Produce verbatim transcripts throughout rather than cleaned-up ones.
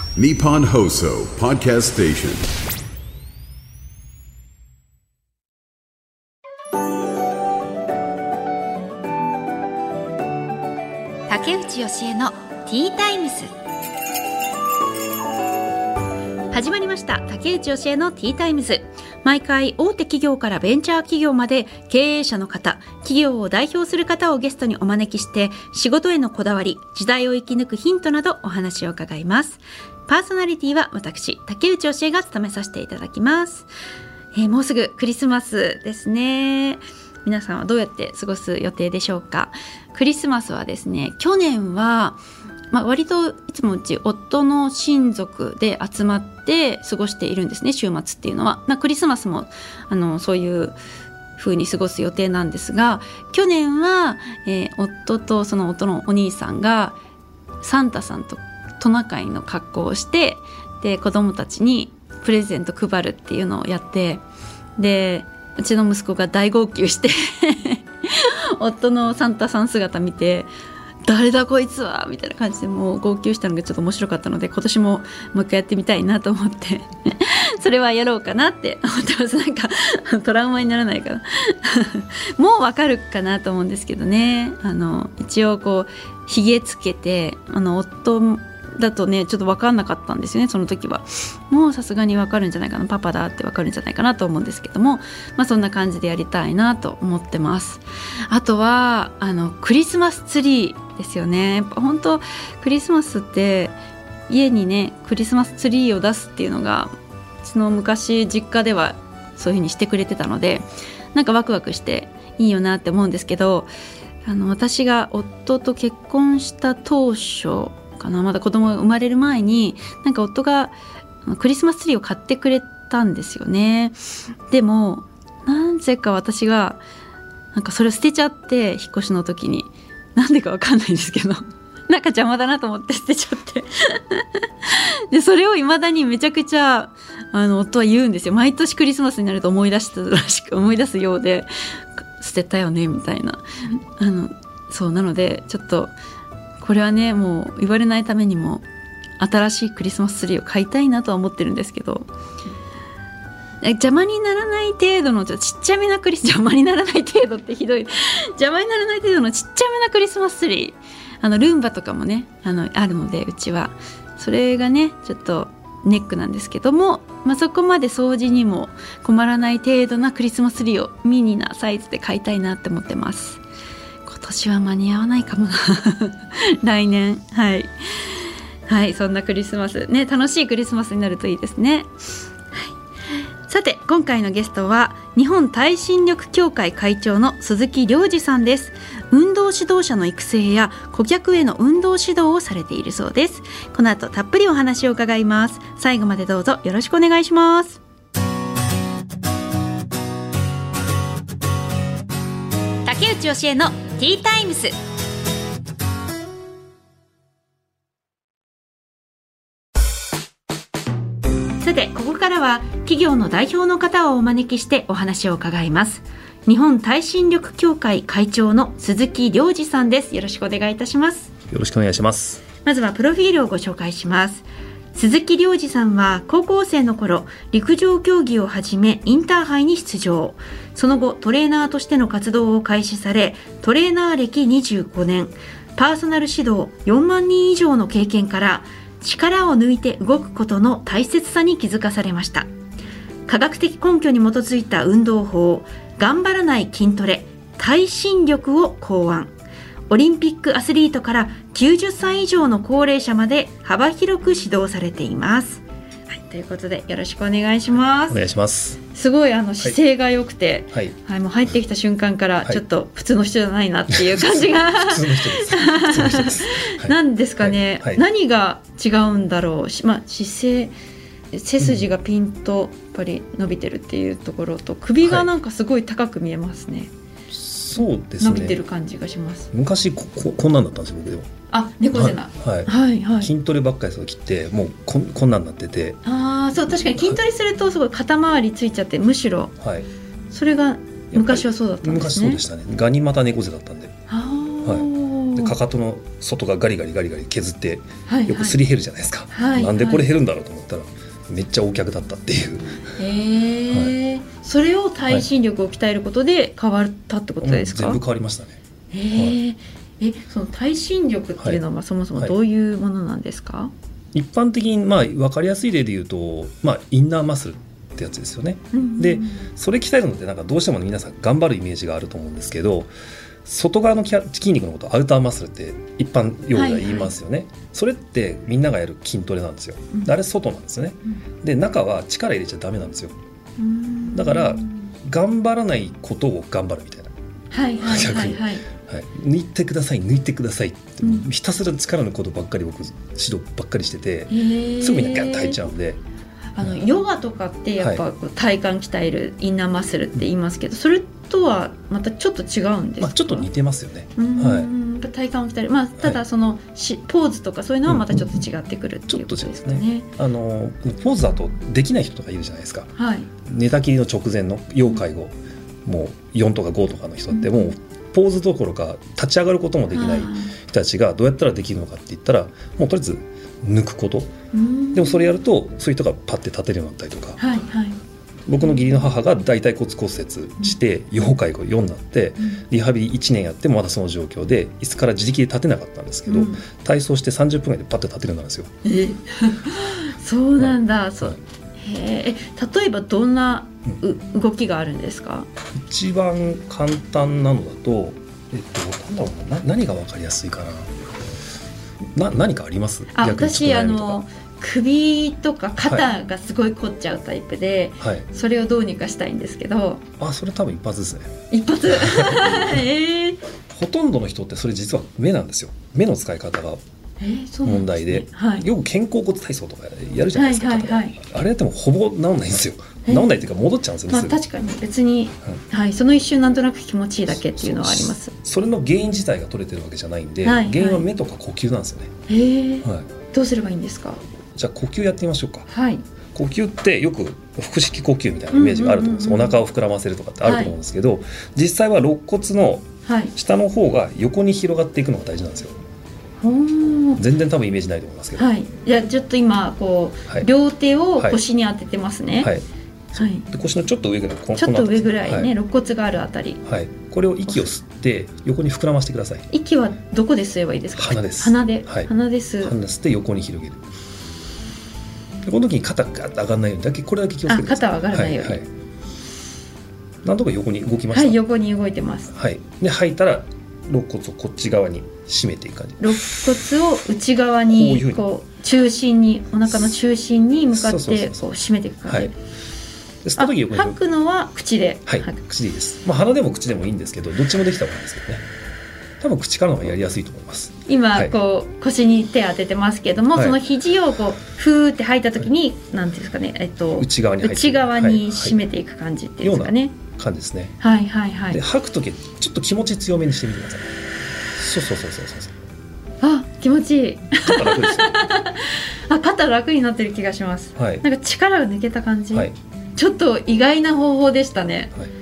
Nippon Hoso Podcast Station。 竹内義恵のティータイムス。始まりました。竹内義恵のティータイムズ。毎回大手企業からベンチャー企業まで経営者の方、企業を代表する方をゲストにお招きして仕事へのこだわり、時代を生き抜くヒントなどお話を伺います。パーソナリティは私竹内義恵が務めさせていただきます。えー、もうすぐクリスマスですね。皆さんはどうやって過ごす予定でしょうか。クリスマスはですね、去年はまあ、割といつもうち夫の親族で集まって過ごしているんですね、週末っていうのは。まあ、クリスマスもあのそういう風に過ごす予定なんですが、去年は、えー、夫とその夫のお兄さんがサンタさんとトナカイの格好をして、で子供たちにプレゼント配るっていうのをやって、でうちの息子が大号泣して夫のサンタさん姿見て、誰だこいつはみたいな感じでもう号泣したのがちょっと面白かったので、今年ももう一回やってみたいなと思ってそれはやろうかなって思ってます。なんかトラウマにならないかなもうわかるかなと思うんですけどね。あの一応こうひげつけて、あの夫だとねちょっと分かんなかったんですよね、その時は。もうさすがに分かるんじゃないかな、パパだって分かるんじゃないかなと思うんですけども、まあそんな感じでやりたいなと思ってます。あとはあのクリスマスツリーですよね。やっぱ本当クリスマスって家にねクリスマスツリーを出すっていうのが、うちの昔実家ではそういう風にしてくれてたので、なんかワクワクしていいよなって思うんですけど、あの私が夫と結婚した当初かな、まだ子供が生まれる前に、なんか夫がクリスマスツリーを買ってくれたんですよね。でもなぜか私がなんかそれを捨てちゃって、引っ越しの時になんでかわかんないんですけどなんか邪魔だなと思って捨てちゃってでそれを未だにめちゃくちゃあの夫は言うんですよ。毎年クリスマスになると思い出したらしく思い出すようで、捨てたよねみたいな。あのそうなのでちょっとこれはね、もう言われないためにも新しいクリスマスツリーを買いたいなとは思ってるんですけど、邪魔にならない程度のちっちゃめなクリス邪魔にならない程度ってひどい邪魔にならない程度のちっちゃめなクリスマスツリー、あのルンバとかもね あのあるので、うちはそれがねちょっとネックなんですけども、まあ、そこまで掃除にも困らない程度なクリスマスツリーをミニなサイズで買いたいなって思ってます。今年は間に合わないかもな来年。はいはい、そんなクリスマスね、楽しいクリスマスになるといいですね。さて今回のゲストは日本耐震力協会会長の鈴木良二さんです。運動指導者の育成や顧客への運動指導をされているそうです。この後たっぷりお話を伺います。最後までどうぞよろしくお願いします。竹内義恵のティータイムス。さてここからは企業の代表の方をお招きしてお話を伺います。日本耐震力協会会長の鈴木良二さんです。よろしくお願いいたします。 よろしくお願いします。 まずはプロフィールをご紹介します。鈴木良二さんは高校生の頃陸上競技を始めインターハイに出場。その後トレーナーとしての活動を開始され、トレーナー歴にじゅうごねん、パーソナル指導よんまんにん以上の経験から力を抜いて動くことの大切さに気づかされました。科学的根拠に基づいた運動法、頑張らない筋トレ、耐震力を考案。オリンピックアスリートからきゅうじゅっさい以上の高齢者まで幅広く指導されています。はい、ということでよろしくお願いします。 お願いします。 すごいあの姿勢が良くて、 はいはい、もう入ってきた瞬間からちょっと普通の人じゃないなっていう感じが、 はい、普通の人です普通の人です、はい、 なんですかね、はいはい、何が違うんだろう。まあ、姿勢、背筋がピンとやっぱり伸びてるっていうところと、首がなんかすごい高く見えますね、はい、 そうですね、 伸びてる感じがします。 昔 こ, こ, こんなんだったんですよ僕でも。 あ、猫背な、 はいはいはい、 筋トレばっかり切ってもう こ, こんなんなってて、 あ、そう、確かに筋トレするとすごい肩周りついちゃって、むしろ、はい、それが昔はそうだったんですね。 昔そうでしたね。ガニ股猫背だったんで、 あ、 はい、 でかかとの外がガリガリガリガリ削ってはいはいよくすり減るじゃないですか、 はいはい、 なんでこれ減るんだろうと思ったらめっちゃ大脚だったっていう。 へー、はい、それを耐震力を鍛えることで変わったってことですか？ 全部変わりましたね。 へー、はい、えその耐震力っていうのはそもそもどういうものなんですか？はいはい、 一般的にまあ分かりやすい例で言うと、まあ、インナーマッスルってやつですよね、うんうん、でそれ鍛えるのってなんかどうしても皆さん頑張るイメージがあると思うんですけど、外側の筋肉のことをアウターマッスルって一般用語では言いますよね、はいはい、それってみんながやる筋トレなんですよ、うん、あれ外なんですよね、うん、で中は力入れちゃダメなんですよ、うん、だから頑張らないことを頑張るみたいな、 はいはいはいはい、はい、 抜いてください抜いてくださいって、うん、ひたすら力のことばっかり僕指導ばっかりしてて、すぐみんなガッと入っちゃうんで、 あのヨガとかってやっぱ体幹鍛えるインナーマッスルって言いますけど、それとはまたちょっと違うんですか？ まあ、ちょっと似てますよね、 はい、体幹を鍛える、まあ、ただそのしポーズとかそういうのはまたちょっと違ってくるっていうことですかね、うん、ちょっとですね。あのポーズだとできない人とかいるじゃないですか、はい、寝たきりの直前の要介護、うん、もうよんとかごとかの人ってもうポーズどころか立ち上がることもできない人たちがどうやったらできるのかって言ったら、もうとりあえず抜くこと、でもそれやるとそういう人がパッて立てるようになったりとか、はいはい、僕の義理の母が大腿骨骨折して要介護よんになってリハビリいちねんやってもまだその状況で椅子から自力で立てなかったんですけど、うん、体操してさんじゅっぷんぐらいでパッて立てるようになるんですよ。 えそうなんだ、はい、そう、へえ、例えばどんなう、うん、動きがあるんですか？ 一番簡単なのだと、えっと、なんだろうな、何が分かりやすいかな、な何かあります？ あ、私あの首とか肩がすごい凝っちゃうタイプで、はい、それをどうにかしたいんですけど。 あ、それ多分一発ですね。 一発えー、 ほとんどの人ってそれ実は目なんですよ。目の使い方が問題 で, で、ね、はい、よく肩甲骨体操とかやるじゃないですか、はいはいはい、あれやってもほぼ治んないんですよ。治んないっていうか戻っちゃうんですよね、 まあ、確かに別に、はいはい、その一瞬なんとなく気持ちいいだけっていうのはあります。 そ, そ, それの原因自体が取れてるわけじゃないんで、はいはい、原因は目とか呼吸なんですよね。 へー、はい、どうすればいいんですか？ じゃあ呼吸やってみましょうか、はい、呼吸ってよく腹式呼吸みたいなイメージがあると思うんです、うんうんうんうん、お腹を膨らませるとかってあると思うんですけど、はい、実際は肋骨の下の方が横に広がっていくのが大事なんですよ。全然多分イメージないと思いますけど、はい、 じゃあちょっと今こう、はい、両手を腰に当ててますね、はいはい、で腰のちょっと上ぐらい、 ちょっと上ぐらいね、はい、肋骨があるあたり、 はい、これを息を吸って横に膨らませてください。 息はどこで吸えばいいですか？ 鼻です。 鼻で、 はい、 鼻で吸う。 鼻で吸って横に広げる。でこの時に肩がガッと上がらないようにだけこれだけ気をつけてください。 あ、肩は上がらないように、はいはい、 何とか横に動きました。 はい、横に動いてます、 はい、で吐いたら肋骨をこっち側に締めていく感じ。 肋骨を内側にこういうこう中心に、お腹の中心に向かってこう締めていく感じ。はい、でその時横に吐くのは口で、 はい、口でいいです、まあ、鼻でも口でもいいんですけどどっちもできた方がいいんですけどね。多分口からの方がやりやすいと思います。 今、はい、こう腰に手当ててますけども、はい、その肘をこうふーって吐いた時に、はい、なんていうんですかね、えっと、内側に入って内側に締めていく感じっていうんですかね、はいはい、ような感じですね。 はいはいはい。 で吐く時ちょっと気持ち強めにしてみてください。そうそうそうそうそうそう。 あ、気持ちいい。 肩楽ですよあ、肩楽になってる気がします、はい、なんか力が抜けた感じ、はい、ちょっと意外な方法でしたね、はい、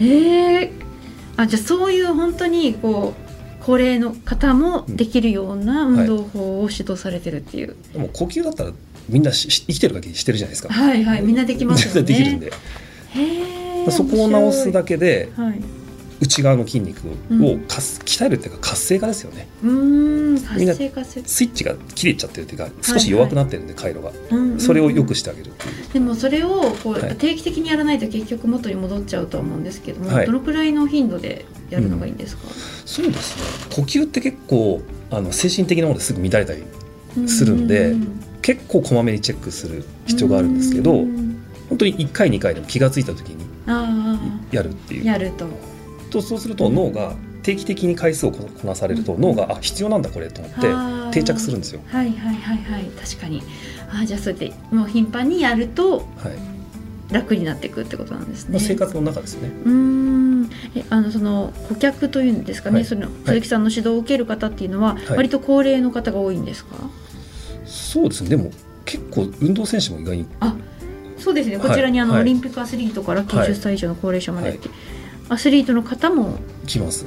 へえ。あ、じゃあそういう本当にこう高齢の方もできるような運動法を指導されてるっていう、 うん、はい、でも呼吸だったらみんなし生きてる限りしてるじゃないですか。 はいはい、みんなできますよね。 できるんで、へー、そこを直すだけで、はい、内側の筋肉をかす、うん、鍛えるっていうか活性化ですよね。うーん、活性化する。スイッチが切れちゃってるっていうか少し弱くなってるんで、回路が、うんうん、それを良くしてあげるっていう。 でもそれをこう、はい、定期的にやらないと結局元に戻っちゃうと思うんですけども、はい、どのくらいの頻度でやるのがいいんですか？うん、 そうですね、呼吸って結構あの精神的なものですぐ乱れたりするんで、結構こまめにチェックする必要があるんですけど、本当にいっかいにかいでも気がついた時にやるっていう。 やるととそうすると脳が定期的に回数をこなされると、脳があ必要なんだこれと思って定着するんですよ。 はいはいはいはい、確かに。あ、じゃあそうやってもう頻繁にやると楽になっていくってことなんですね。 はい、生活の中ですよね。 うーん、えあのその顧客というんですかね、はい、その鈴木さんの指導を受ける方っていうのは、はい、割と高齢の方が多いんですか？ そうですね。でも結構運動選手も意外に。 あ、そうですね。こちらにあの、はい、オリンピックアスリートからきゅうじゅっさい以上の高齢者までって、はい、アスリートの方も来ますね。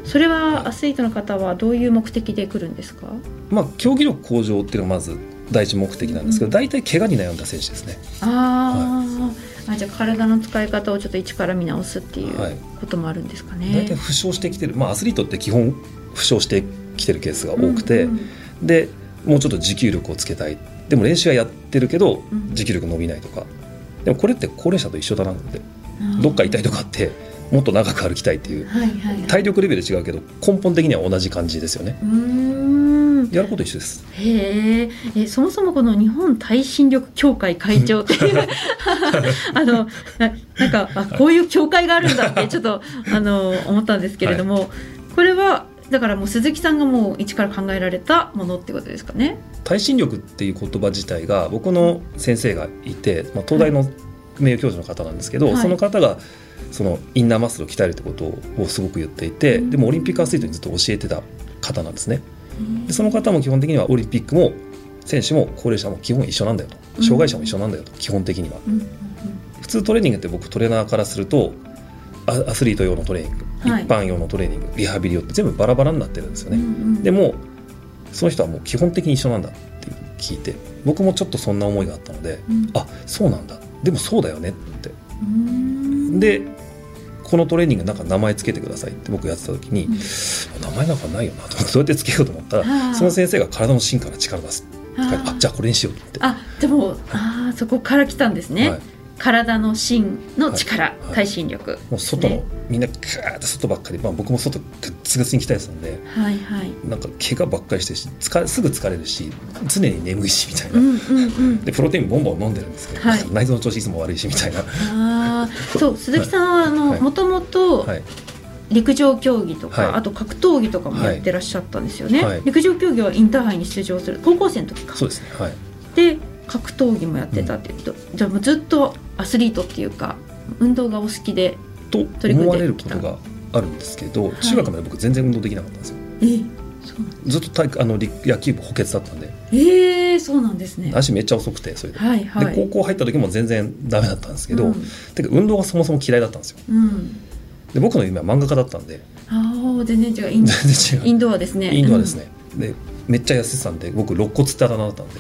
それはアスリートの方はどういう目的で来るんですか？ まあ、競技力向上っていうのがまず第一目的なんですけど、うん、大体怪我に悩んだ選手ですね。 あ、はい、あ、じゃあ体の使い方をちょっと一から見直すっていうこともあるんですかね。 大体負傷してきてる、まあ、アスリートって基本負傷してきてるケースが多くて、うんうん、でもうちょっと持久力をつけたい、でも練習はやってるけど持久力伸びないとか、うん、でもこれって高齢者と一緒だなって、どっか痛いとかってもっと長く歩きたいっていう、はいはいはい、体力レベル違うけど根本的には同じ感じですよね。うーん、やること一緒です。 へえ、そもそもこの日本耐震力協会会長っていうあの な, なんかあこういう協会があるんだってちょっとあの思ったんですけれども、はい、これはだからもう鈴木さんがもう一から考えられたものってことですかね。 耐震力っていう言葉自体が僕の先生がいて、まあ、東大の名誉教授の方なんですけど、はい、その方がそのインナーマッスルを鍛えるってことをすごく言っていて、うん、でもオリンピックアスリートにずっと教えてた方なんですね。でその方も基本的にはオリンピックも選手も高齢者も基本一緒なんだよと、障害者も一緒なんだよと、基本的には、うんうんうん、普通トレーニングって僕トレーナーからするとアスリート用のトレーニング、はい、一般用のトレーニング、リハビリ用って全部バラバラになってるんですよね、うんうん、でもその人はもう基本的に一緒なんだって聞いて、僕もちょっとそんな思いがあったので、うん、あ、そうなんだ、でもそうだよねって、うん、でこのトレーニングなんか名前つけてくださいって僕やってた時に、うん、名前なんかないよなと思ってどうやってつけようと思ったら、その先生が体の芯から力出すって書いて、あ、じゃあこれにしようと思って、 あ、でもあそこから来たんですね、はい、体の芯の力、はいはい、耐震力、ね、もう外のみんなガーッと外ばっかり、まあ、僕も外グッツグツに鍛えてたんで、はいはい、なんか怪我ばっかりしてし疲すぐ疲れるし常に眠いしみたいな、うんうんうん、でプロテインボンボン飲んでるんですけど、はい、内臓の調子いつも悪いしみたいな。 あそう鈴木さんはもともと陸上競技とか、はい、あと格闘技とかもやってらっしゃったんですよね、はい、陸上競技はインターハイに出場する高校生の時か。 そうですね、はい、 で格闘技もやってたっていうと、うん、じゃあもうずっとアスリートっていうか運動がお好きでと思われることがあるんですけど、はい、中学まで僕全然運動できなかったんですよ。えー、そうなんです。ずっと体あの野球部補欠だったんで。 えー、そうなんですね。 足めっちゃ遅くてそれで、 はいはい、 で高校入った時も全然ダメだったんですけど、うん、てか運動がそもそも嫌いだったんですよ、うん、で僕の夢は漫画家だったんで。 ああ、全然違う。イン全然違う。インドアですね。 インドアですね、うん、でめっちゃ痩せてたんで僕肋骨ってあだ名だったんで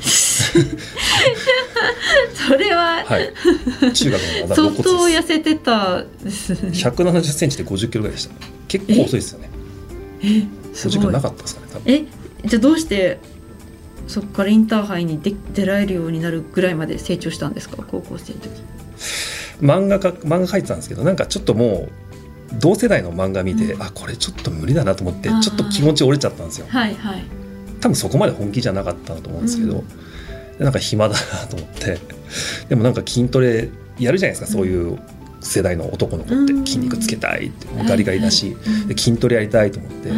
それは、 はい、中学のあだ名相当痩せてたですね。 ひゃくななじゅっセンチでごじゅっキロぐらいでした。結構遅いですよね。ええすごい。ごじゅっキロなかったですかね多分。えじゃあどうしてそこからインターハイに出出られるようになるぐらいまで成長したんですか、高校生の時。 漫画か漫画描いてたんですけど、なんかちょっともう同世代の漫画見て、うん、あこれちょっと無理だなと思ってちょっと気持ち折れちゃったんですよ。はいはい。多分そこまで本気じゃなかったと思うんですけど、うん、なんか暇だなと思って、でもなんか筋トレやるじゃないですか、うん、そういう世代の男の子って筋肉つけたいって、うん、ガリガリだし、はいはい、で筋トレやりたいと思って、うん、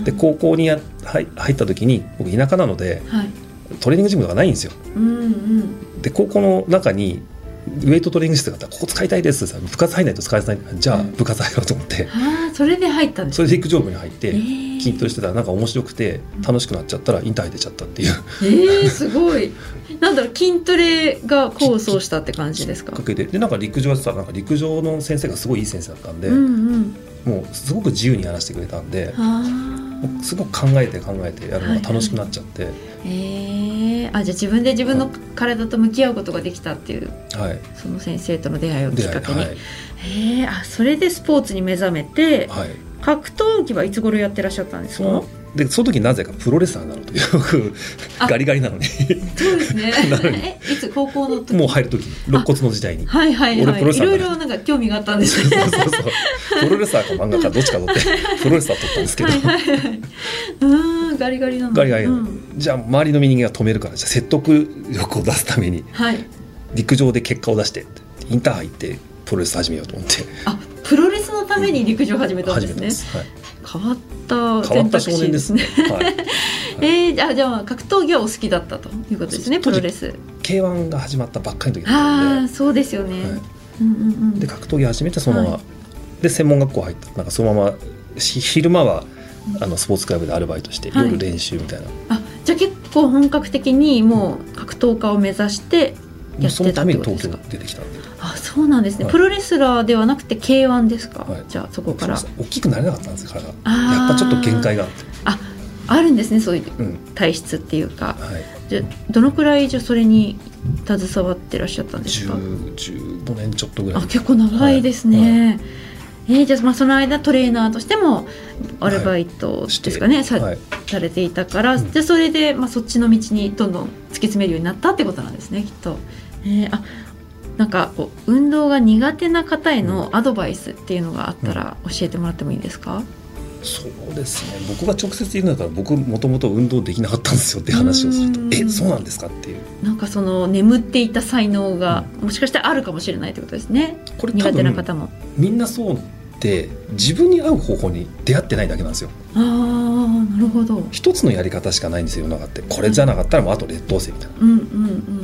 で高校にや入った時に僕田舎なので、はい、トレーニングジムとかないんですよ、うんうん、で高校の中にウエイトトレーニング室があったらここ使いたいですって部活入らないと使えない、じゃあ部活入ろうと思って、うん、 あそれで入ったんです。 それで陸上部に入って筋トレしてたらなんか面白くて楽しくなっちゃったらインターハイ出ちゃったっていう。 えー、すごい。なんだろう、筋トレが功を奏したって感じですか。きっかけで、でなんか陸上やってたらなんか陸上の先生がすごいいい先生だったんで、うんうん、もうすごく自由にやらせてくれたんで、すごく考えて考えてやるのが楽しくなっちゃって、はいはい、えー、あじゃあ自分で自分の体と向き合うことができたっていう、はい、その先生との出会いをきっかけに、はい、えー、あそれでスポーツに目覚めて、はい、格闘技はいつ頃やってらっしゃったんですか。 でその時なぜかプロレスラーになるという僕ガリガリなのにそうですねえいつ高校の時もう入る時肋骨の時代に、 はいはいはい、いろいろなんか興味があったんですね。そうそうそうプロレスラーか漫画家どっちか取ってプロレスラー取ったんですけどはいはい、はい、 うんガリガリなのガリガリなの、うん、じゃあ周りの人間が止めるからじゃあ説得力を出すために、はい、陸上で結果を出してインターハイ行ってプロレス始めようと思って。 あプロレスのために陸上を始めたんですね、うん、始めたんです、はい、変わった選択肢ですね。はい、えー、じゃあじゃあ格闘技はお好きだったということですね。プロレス ケーワン が始まったばっかりの時だったので。あそうですよね、はい、うんうんうん、で格闘技始めてそのまま、はい、で専門学校入ったなんかそのまま昼間はあのスポーツクラブでアルバイトして、はい、夜練習みたいな。あじゃあ結構本格的にもう格闘家を目指してやってたってことですか。そのために東京出てきたんで。あそそうなんですね、はい、プロレスラーではなくて ケーワン ですか、はい、じゃあそこから大きくなれなかったんですから、やっぱちょっと限界があってああるんですね、そういう体質っていうか、うんはい、じゃどのくらいじゃそれに携わってらっしゃったんですか。 じゅうごねんちょっとぐらい。 あ結構長いですね、はいえー、じゃあ、まあその間トレーナーとしてもアルバイトですかね、はい さ, はい、されていたから、うん、でそれで、まあ、そっちの道にどんどん突き詰めるようになったってことなんですねきっと、えー、あなんかこう運動が苦手な方へのアドバイスっていうのがあったら教えてもらってもいいですか。 うん、そうですね、僕が直接言うんだから僕もともと運動できなかったんですよって話をするとえそうなんですかっていうなんかその眠っていた才能がもしかしたらあるかもしれないということですね。 これ苦手な方もみんなそうで自分に合う方法に出会ってないだけなんですよ。 あーなるほど。 一つのやり方しかないんですよ世の中って。これじゃなかったらもうあと劣等生みたいな、うんうんうん、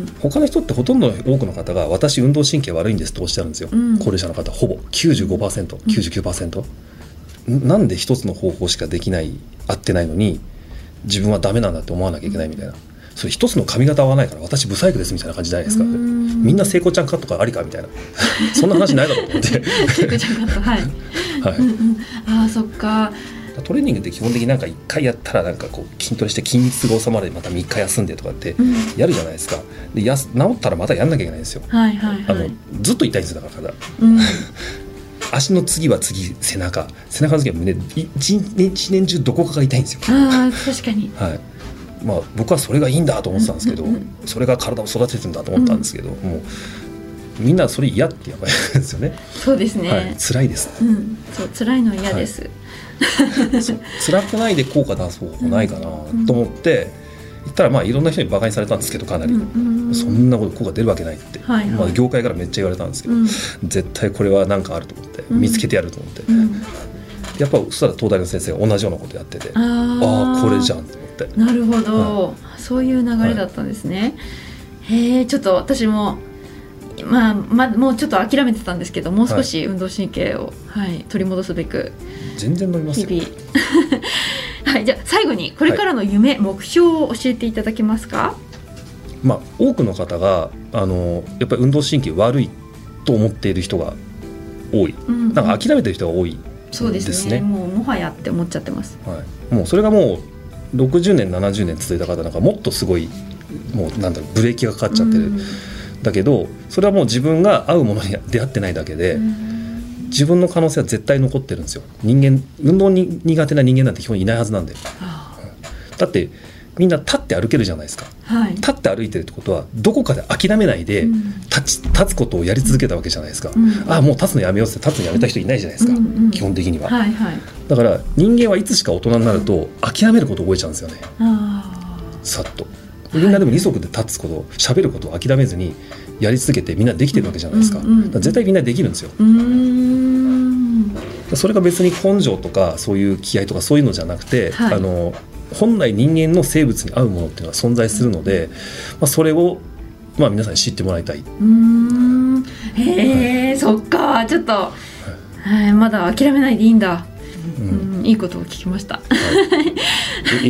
他の人ってほとんど多くの方が私運動神経悪いんですとおっしゃるんですよ、うん、高齢者の方ほぼ きゅうじゅうごパーセント、きゅうじゅうきゅうパーセント、うん、なんで一つの方法しかできない合ってないのに自分はダメなんだって思わなきゃいけないみたいな、それ一つの髪型合わないから私ブサイクですみたいな感じじゃないですか。みんな聖子ちゃんカットかありかみたいなそんな話ないだろうと思って聖子ちゃんカットはい、はいうんうん、ああそっか。 トレーニングって基本的になんかいっかいやったらなんかこう筋トレして筋肉が収まるでまたみっか休んでとかってやるじゃないですか。でやす治ったらまたやんなきゃいけないんですよ、はいはいはい、あのずっと痛いんですよだから、うん、足の次は次背中背中の次は胸一年、一年中どこかが痛いんですよ。 あ確かに、 はいまあ、僕はそれがいいんだと思ってたんですけど、うんうんうん、それが体を育ててるんだと思ったんですけど、うん、もうみんなそれ嫌ってやっぱりですよね。 そうですね、はい、 辛いです、 うん、そう辛いのは嫌です、 はい、そう辛くないで効果出す方法ないかなと思って言ったら、まあいろんな人にバカにされたんですけどかなり、うんうん、そんなこと効果出るわけないって、はいはいまあ、業界からめっちゃ言われたんですけど、うん、絶対これは何かあると思って見つけてやると思って、うん、やっぱそしたら東大の先生が同じようなことやってて、ああこれじゃんと思って。 なるほど、はい、そういう流れだったんですね、はい、へえちょっと私もまあ、まもうちょっと諦めてたんですけどもう少し運動神経を、はいはい、取り戻すべく全然乗りますよ日々はい、じゃあ最後にこれからの夢、はい、目標を教えていただけますか。 まあ、多くの方があのやっぱり運動神経悪いと思っている人が多い、うんうん、なんか諦めてる人が多いですね。 そうですねもうもはやって思っちゃってます、 はい、もうそれがもうろくじゅうねんななじゅうねん続いた方なんかもっとすごいもうなんだろうブレーキがかかっちゃってる、うんだけどそれはもう自分が合うものに出会ってないだけで自分の可能性は絶対残ってるんですよ。人間運動に苦手な人間なんて基本いないはずなんで、はあ、だってみんな立って歩けるじゃないですか、はい、立って歩いてるってことはどこかで諦めないで立ち、立つことをやり続けたわけじゃないですか、うん、あもう立つのやめようって立つのやめた人いないじゃないですか、うんうん、基本的には、はいはい、だから人間はいつしか大人になると諦めることを覚えちゃうんですよね、あさっとみんなでも二足で立つこと喋ることを諦めずにやり続けてみんなできてるわけじゃないですか、うんうん、だから絶対みんなできるんですよ。うーんそれが別に根性とかそういう気合とかそういうのじゃなくて、はい、あの本来人間の生物に合うものっていうのは存在するので、まあ、それを、まあ、皆さんに知ってもらいたい。うーんへえ、はい、そっかちょっと、はいはい、まだ諦めないでいいんだ、うんうん、いいことを聞きました、はい、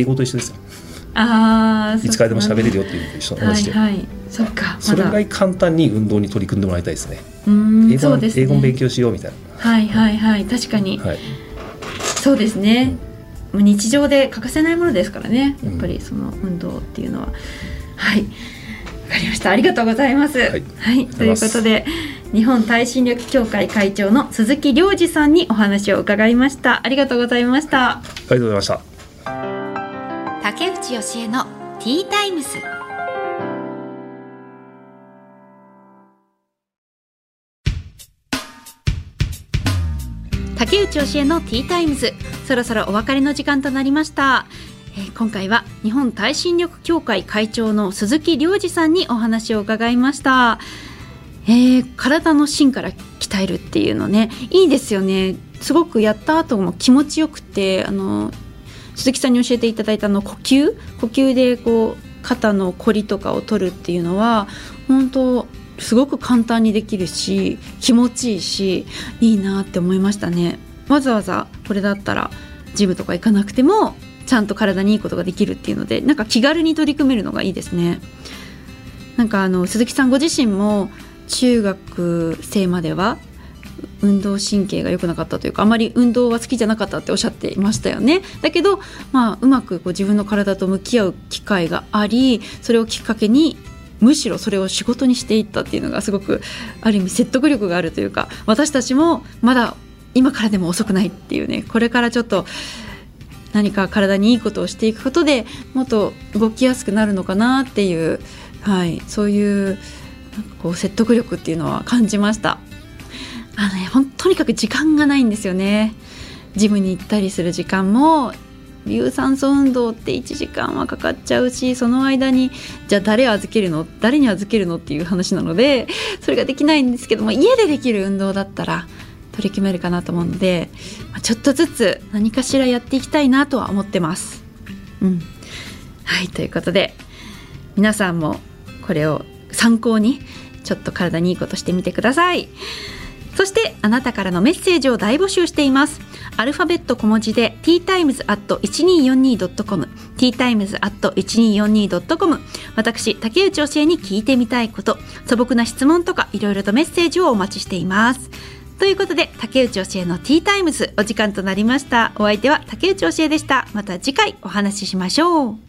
英語と一緒ですよ。 あいつからでも喋れるよっていうのと一緒同じで、 はいはい、そっか、 それぐらい簡単に運動に取り組んでもらいたいですね。 うーん英語、そうですね、 英語の勉強しようみたいな。 はいはいはい確かに、はい、そうですね、うん、日常で欠かせないものですからねやっぱりその運動っていうのは、うん、はいわかりました。ありがとうございます、はいはい、ということで日本耐震力協会会長の鈴木良二さんにお話を伺いました。ありがとうございました。 ありがとうございました。 竹内義恵のティータイムス。竹内義恵のティータイムズ、そろそろお別れの時間となりました。えー、今回は日本耐震力協会会長の鈴木良二さんにお話を伺いました。えー、体の芯から鍛えるっていうのねいいですよね。すごくやった後も気持ちよくて、あの鈴木さんに教えていただいたの呼吸呼吸でこう肩のこりとかを取るっていうのは本当すごく簡単にできるし気持ちいいしいいなって思いましたね。わざわざこれだったらジムとか行かなくてもちゃんと体にいいことができるっていうのでなんか気軽に取り組めるのがいいですね。なんかあの鈴木さんご自身も中学生までは運動神経が良くなかったというか、あまり運動は好きじゃなかったっておっしゃっていましたよね。だけど、まあ、うまくこう自分の体と向き合う機会があり、それをきっかけにむしろそれを仕事にしていったっていうのがすごくある意味説得力があるというか、私たちもまだ今からでも遅くないっていうね、これからちょっと何か体にいいことをしていくことでもっと動きやすくなるのかなっていう、はい、そういうなんかこう説得力っていうのは感じました。あのね、ほんとにかく時間がないんですよね。ジムに行ったりする時間も有酸素運動っていちじかんはかかっちゃうし、その間にじゃあ誰預けるの誰に預けるのっていう話なので、それができないんですけども、家でできる運動だったら取り決めるかなと思うので、ちょっとずつ何かしらやっていきたいなとは思ってます。うん、はい、ということで皆さんもこれを参考にちょっと体にいいことしてみてください。そしてあなたからのメッセージを大募集しています。アルファベット小文字で ティータイムズアットいちにーよんにードットコム ティータイムズアットいちにーよんにードットコム、 私竹内教えに聞いてみたいこと、素朴な質問とかいろいろとメッセージをお待ちしています。ということで竹内教えのティータイムズお時間となりました。お相手は竹内教えでした。また次回お話ししましょう。